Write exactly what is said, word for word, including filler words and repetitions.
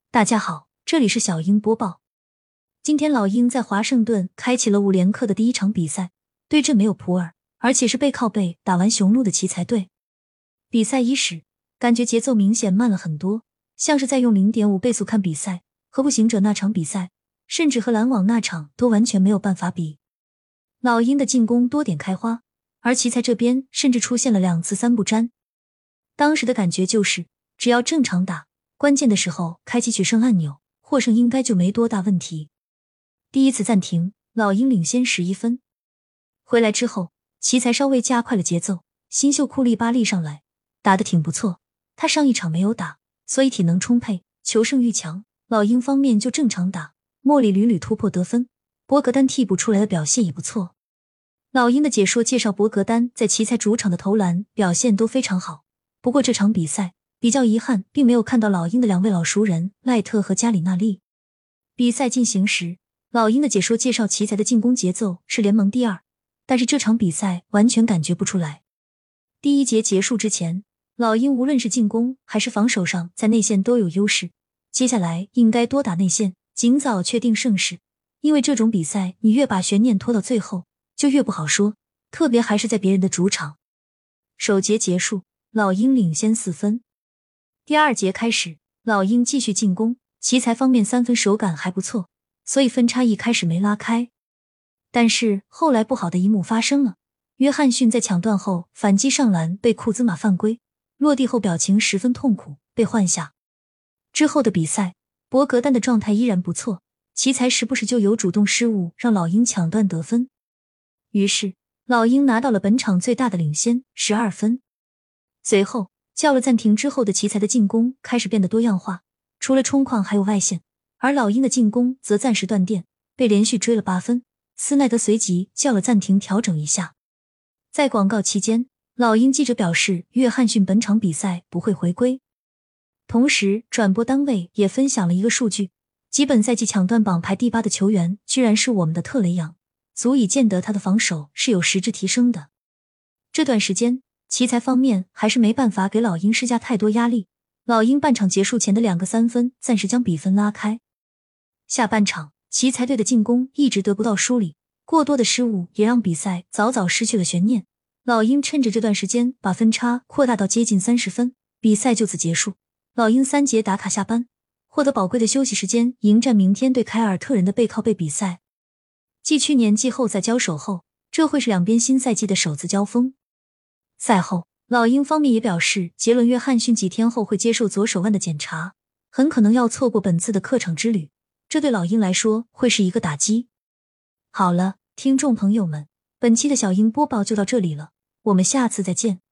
大家好，这里是小鹰播报。今天老鹰在华盛顿开启了五连客的第一场比赛，对阵没有普洱，而且是背靠背打完雄鹿的奇才队。比赛伊始，感觉节奏明显慢了很多，像是在用 零点五 倍速看比赛，和步行者那场比赛，甚至和篮网那场都完全没有办法比。老鹰的进攻多点开花，而奇才这边甚至出现了两次三不沾。当时的感觉就是，只要正常打，关键的时候开启取胜按钮，获胜应该就没多大问题。第一次暂停，老鹰领先十一分。回来之后，奇才稍微加快了节奏，新秀库利巴利上来，打得挺不错。他上一场没有打，所以体能充沛，求胜欲强。老鹰方面就正常打，莫里屡屡突破得分，博格丹替补出来的表现也不错。老鹰的解说介绍博格丹在奇才主场的投篮表现都非常好，不过这场比赛比较遗憾，并没有看到老鹰的两位老熟人赖特和加里纳利。比赛进行时，老鹰的解说介绍奇才的进攻节奏是联盟第二，但是这场比赛完全感觉不出来。第一节结束之前，老鹰无论是进攻还是防守上在内线都有优势，接下来应该多打内线，尽早确定胜势，因为这种比赛你越把悬念拖到最后，就越不好说，特别还是在别人的主场。首节结束，老鹰领先四分。第二节开始，老鹰继续进攻，奇才方面三分手感还不错，所以分差一开始没拉开。但是后来不好的一幕发生了，约翰逊在抢断后反击上篮被库兹马犯规，落地后表情十分痛苦，被换下。之后的比赛，博格丹的状态依然不错，奇才时不时就有主动失误让老鹰抢断得分。于是老鹰拿到了本场最大的领先，十二分。随后叫了暂停之后的奇才的进攻开始变得多样化，除了冲框还有外线，而老鹰的进攻则暂时断电，被连续追了八分。斯奈德随即叫了暂停调整一下。在广告期间，老鹰记者表示约翰逊本场比赛不会回归。同时转播单位也分享了一个数据，即本赛季抢断榜排第八的球员居然是我们的特雷杨，足以见得他的防守是有实质提升的。这段时间奇才方面还是没办法给老鹰施加太多压力，老鹰半场结束前的两个三分暂时将比分拉开。下半场奇才队的进攻一直得不到梳理，过多的失误也让比赛早早失去了悬念。老鹰趁着这段时间把分差扩大到接近三十分，比赛就此结束。老鹰三节打卡下班，获得宝贵的休息时间，迎战明天对凯尔特人的背靠背比赛。继去年季后赛交手后，这会是两边新赛季的首次交锋。赛后，老鹰方面也表示，杰伦·约翰逊几天后会接受左手腕的检查，很可能要错过本次的客场之旅，这对老鹰来说会是一个打击。好了，听众朋友们，本期的小鹰播报就到这里了，我们下次再见。